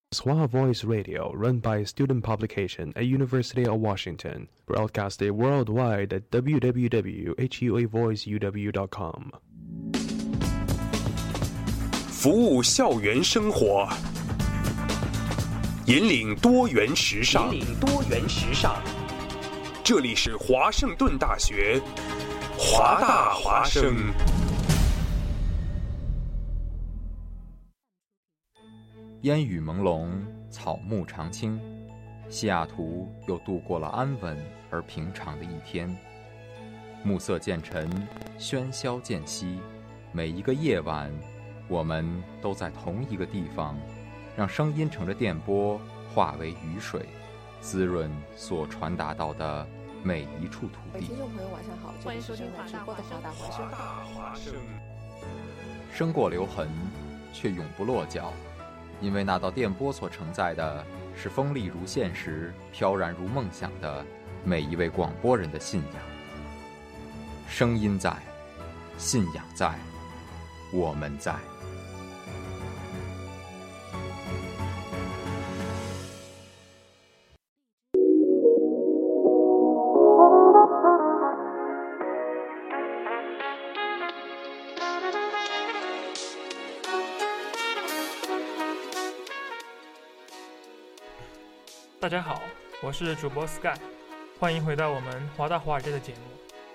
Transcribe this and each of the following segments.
Swahili Voice Radio, run by a student publication at University of Washington, broadcasted worldwide at www.huavoiceuw.com. 服务校园生活，引领多元时尚。这里是华盛顿大学，华大华生。 烟雨朦胧，草木常青，西雅图又度过了安稳而平常的一天。暮色渐沉，喧嚣渐息，每一个夜晚，我们都在同一个地方，让声音乘着电波化为雨水，滋润所传达到的每一处土地。 听众朋友晚上好，欢迎收听华大华生。 生过留痕，却永不落脚，因为那道电波所承载的是锋利如现实、飘然如梦想的每一位广播人的信仰。声音在，信仰在，我们在。 大家好，我是主播 Sky， 欢迎回到我们华大华尔街的节目。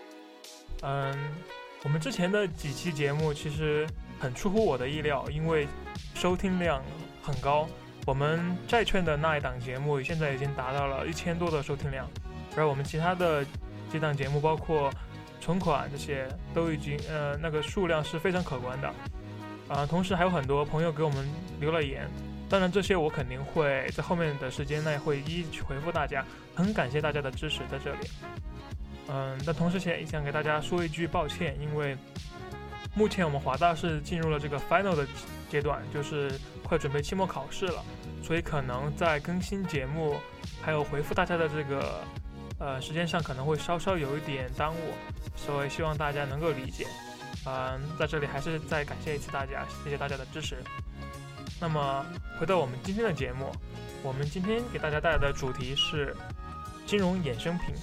我们之前的几期节目其实很出乎我的意料，因为收听量很高。我们债券的那一档节目现在已经达到了1000多的收听量，而我们其他的几档节目，包括存款这些，都已经那个数量是非常可观的。同时还有很多朋友给我们留了言。当然这些我肯定会在后面的时间内会一一去回复大家，很感谢大家的支持在这里。但同时也想给大家说一句抱歉，因为目前我们华大是进入了这个 final 的阶段，就是快准备期末考试了，所以可能在更新节目还有回复大家的这个时间上可能会稍稍有一点耽误，所以希望大家能够理解。在这里还是再感谢一次大家，谢谢大家的支持。那么回到我们今天的节目，我们今天给大家带来的主题是金融衍生品。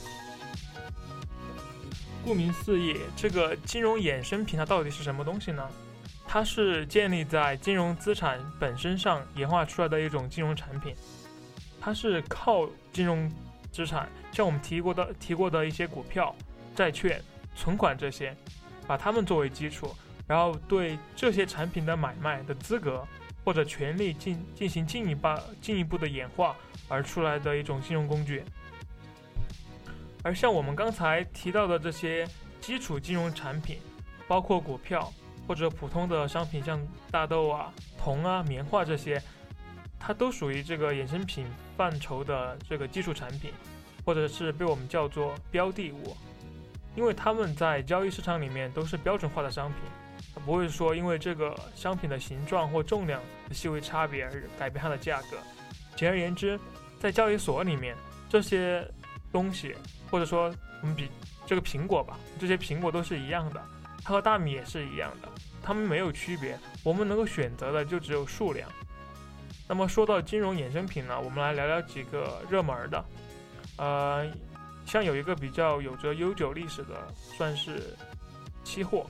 顾名思义，这个金融衍生品它到底是什么东西呢？它是建立在金融资产本身上演化出来的一种金融产品，它是靠金融资产，像我们提过的一些股票、债券、存款这些，把它们作为基础，然后对这些产品的买卖的资格或者权利进行进一步的演化而出来的一种金融工具。而像我们刚才提到的这些基础金融产品，包括股票或者普通的商品，像大豆啊、铜啊、棉花这些，它都属于这个衍生品范畴的这个基础产品，或者是被我们叫做标的物，因为它们在交易市场里面都是标准化的商品，它不会说因为这个商品的形状或重量的细微差别而改变它的价格。简而言之，在交易所里面，这些东西，或者说我们比这个苹果吧，这些苹果都是一样的，它和大米也是一样的，它们没有区别，我们能够选择的就只有数量。那么说到金融衍生品呢，我们来聊聊几个热门的。像有一个比较有着悠久历史的，算是期货。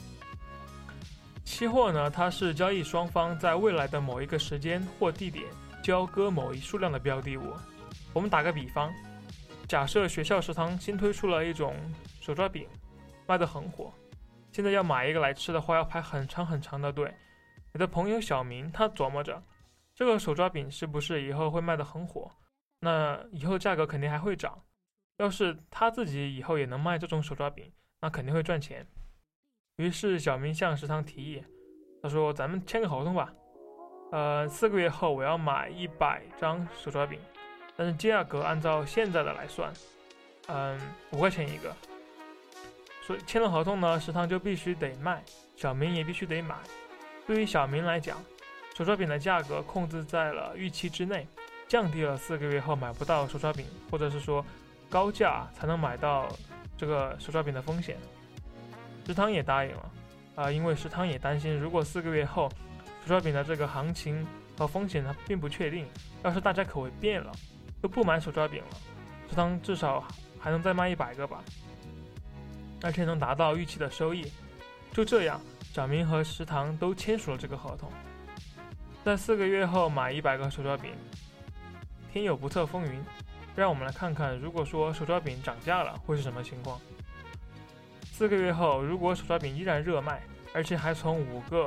期货呢，它是交易双方在未来的某一个时间或地点交割某一数量的标的物。我们打个比方，假设学校食堂新推出了一种手抓饼，卖得很火，现在要买一个来吃的话要排很长很长的队。你的朋友小明他琢磨着，这个手抓饼是不是以后会卖得很火，那以后价格肯定还会涨，要是他自己以后也能卖这种手抓饼，那肯定会赚钱。于是小明向食堂提议，他说咱们签个合同吧，4个月后我要买100张手抓饼，但是价格按照现在的来算，5块钱一个。所以签了合同呢，食堂就必须得卖，小明也必须得买。对于小明来讲，手抓饼的价格控制在了预期之内，降低了4个月后买不到手抓饼，或者是说高价才能买到这个手抓饼的风险。食堂也答应了因为食堂也担心，如果4个月后手抓饼的这个行情和风险它并不确定，要是大家口味变了，都不买手抓饼了，食堂至少还能再卖100个吧，而且能达到预期的收益。就这样，小明和食堂都签署了这个合同，在4个月后买100个手抓饼。天有不测风云，让我们来看看，如果说手抓饼涨价了，会是什么情况？4个月后，如果手抓饼依然热卖，而且还从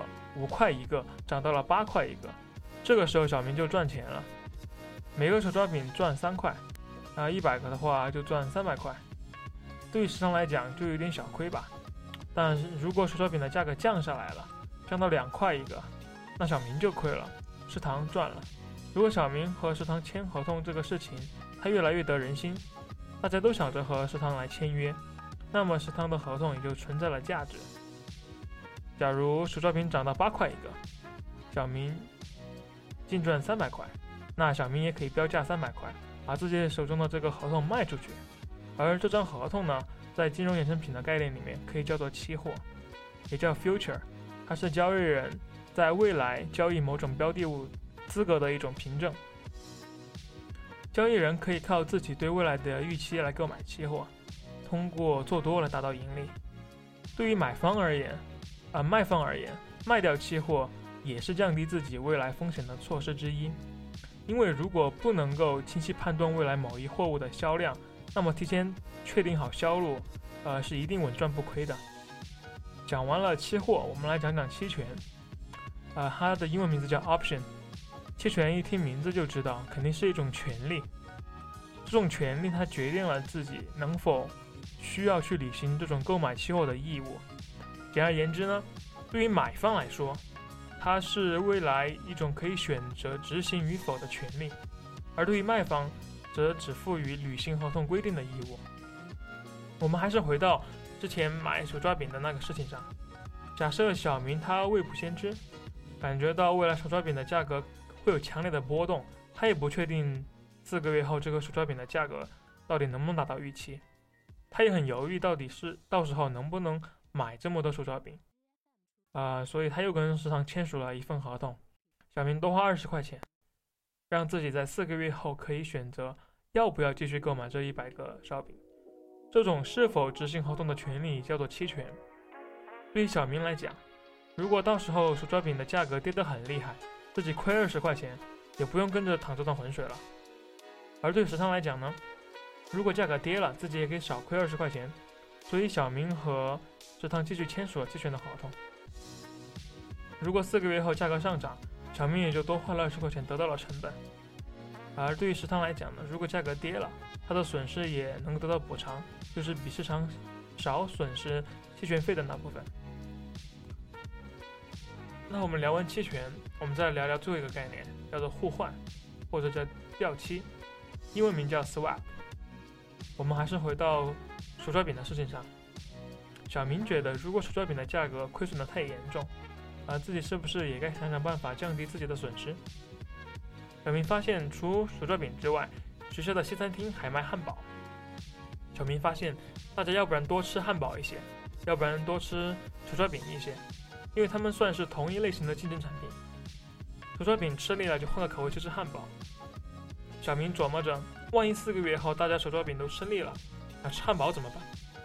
5块一个涨到了8块一个，这个时候小明就赚钱了。每个手抓饼赚3块，100个的话就赚300块。对于食堂来讲就有点小亏吧，但是如果手抓饼的价格降下来了，降到2块一个，那小明就亏了，食堂赚了。如果小明和食堂签合同这个事情，它越来越得人心，大家都想着和食堂来签约，那么食堂的合同也就存在了价值。假如手抓饼涨到8块一个，小明净赚300块，那小明也可以标价300块，把自己手中的这个合同卖出去。而这张合同呢，在金融衍生品的概念里面可以叫做期货，也叫 future， 它是交易人在未来交易某种标的物资格的一种凭证。交易人可以靠自己对未来的预期来购买期货，通过做多来达到盈利。对于卖方而言，卖掉期货也是降低自己未来风险的措施之一。因为如果不能够清晰判断未来某一货物的销量，那么提前确定好销路，是一定稳赚不亏的。讲完了期货，我们来讲讲期权。它的英文名字叫 option。期权一听名字就知道，肯定是一种权利。这种权利它决定了自己能否需要去履行这种购买期货的义务。简而言之呢，对于买方来说，它是未来一种可以选择执行与否的权利，而对于卖方则只赋予履行合同规定的义务。我们还是回到之前买手抓饼的那个事情上，假设小明他未卜先知，感觉到未来手抓饼的价格会有强烈的波动，他也不确定4个月后这个手抓饼的价格到底能不能达到预期，他也很犹豫到底是到时候能不能买这么多手抓饼，所以他又跟食堂签署了一份合同，小明多花20块钱，让自己在4个月后可以选择要不要继续购买这100个烧饼。这种是否执行合同的权利叫做期权。对于小明来讲，如果到时候手抓饼的价格跌得很厉害，自己亏20块钱也不用跟着淌这趟浑水了。而对食堂来讲呢，如果价格跌了，自己也可以少亏20块钱，所以小明和食堂继续签署了期权的合同。如果4个月后价格上涨，小明也就多花了20块钱得到了成本。而对于食堂来讲呢，如果价格跌了，他的损失也能得到补偿，就是比市场少损失期权费的那部分。那我们聊完期权，我们再聊聊最后一个概念，叫做互换，或者叫掉期，英文名叫 swap。 我们还是回到手抓饼的事情上，小明觉得如果手抓饼的价格亏损的太严重，自己是不是也该想想办法降低自己的损失？小明发现除手抓饼之外，学校的西餐厅还卖汉堡。小明发现大家要不然多吃汉堡一些，要不然多吃手抓饼一些，因为他们算是同一类型的竞争产品。手抓饼吃腻了就换个口味去吃汉堡。小明琢磨着，万一4个月后大家手抓饼都吃腻了，那吃汉堡怎么办？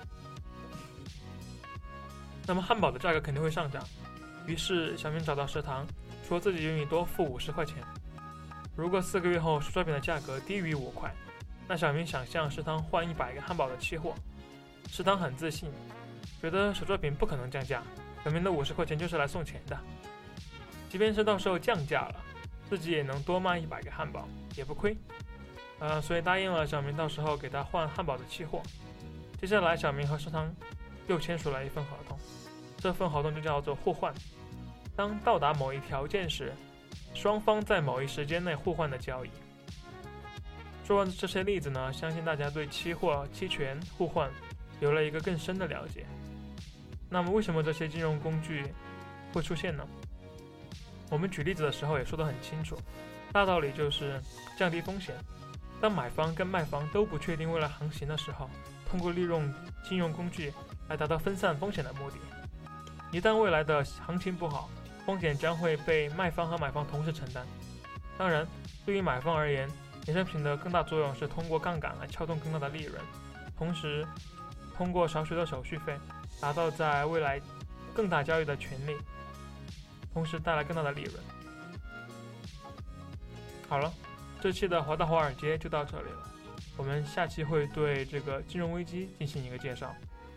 那么汉堡的价格肯定会上涨。于是小明找到食堂，说自己愿意多付50块钱。如果4个月后手抓饼的价格低于5块，那小明想向食堂换100个汉堡的期货。食堂很自信，觉得手抓饼不可能降价，小明的50块钱就是来送钱的。即便是到时候降价了，自己也能多卖100个汉堡，也不亏。所以答应了小明到时候给他换汉堡的期货。接下来小明和食堂又签署了一份合同，这份合同就叫做互换。当到达某一条件时，双方在某一时间内互换的交易。说完这些例子呢，相信大家对期货、期权互换有了一个更深的了解。那么为什么这些金融工具会出现呢？我们举例子的时候也说得很清楚，大道理就是降低风险。当买方跟卖方都不确定未来行情的时候，通过利用金融工具来达到分散风险的目的。一旦未来的行情不好，风险将会被卖方和买方同时承担， 当然，对于买方而言，衍生品的更大作用是通过杠杆来撬动更大的利润，同时通过少许的手续费，达到在未来更大交易的权利，同时带来更大的利润。好了，这期的华大华尔街就到这里了，我们下期会对这个金融危机进行一个介绍。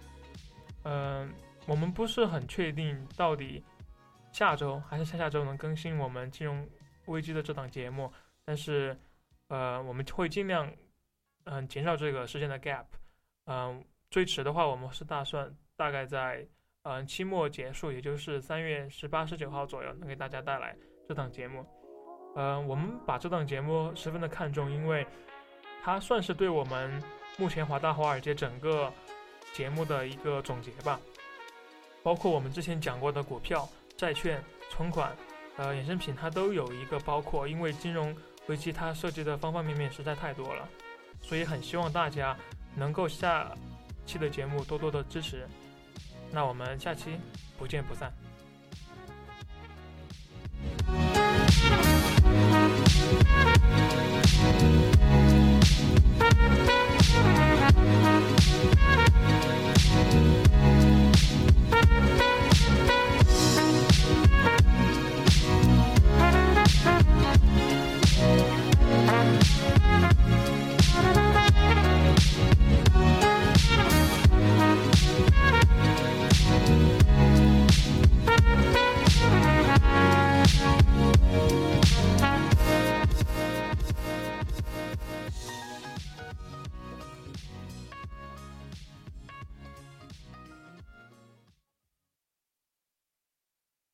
我们不是很确定到底下周还是下周能更新我们金融危机的这档节目，但是我们会尽量减少这个时间的 gap。最迟的话，我们是打算大概在期末结束，也就是3月18、19号左右，能给大家带来这档节目。我们把这档节目十分的看重，因为它算是对我们目前华大华尔街整个节目的一个总结吧，包括我们之前讲过的股票、债券、存款、衍生品，它都有一个包括，因为金融危机它涉及的方方面面实在太多了，所以很希望大家能够下期的节目多多的支持。那我们下期不见不散。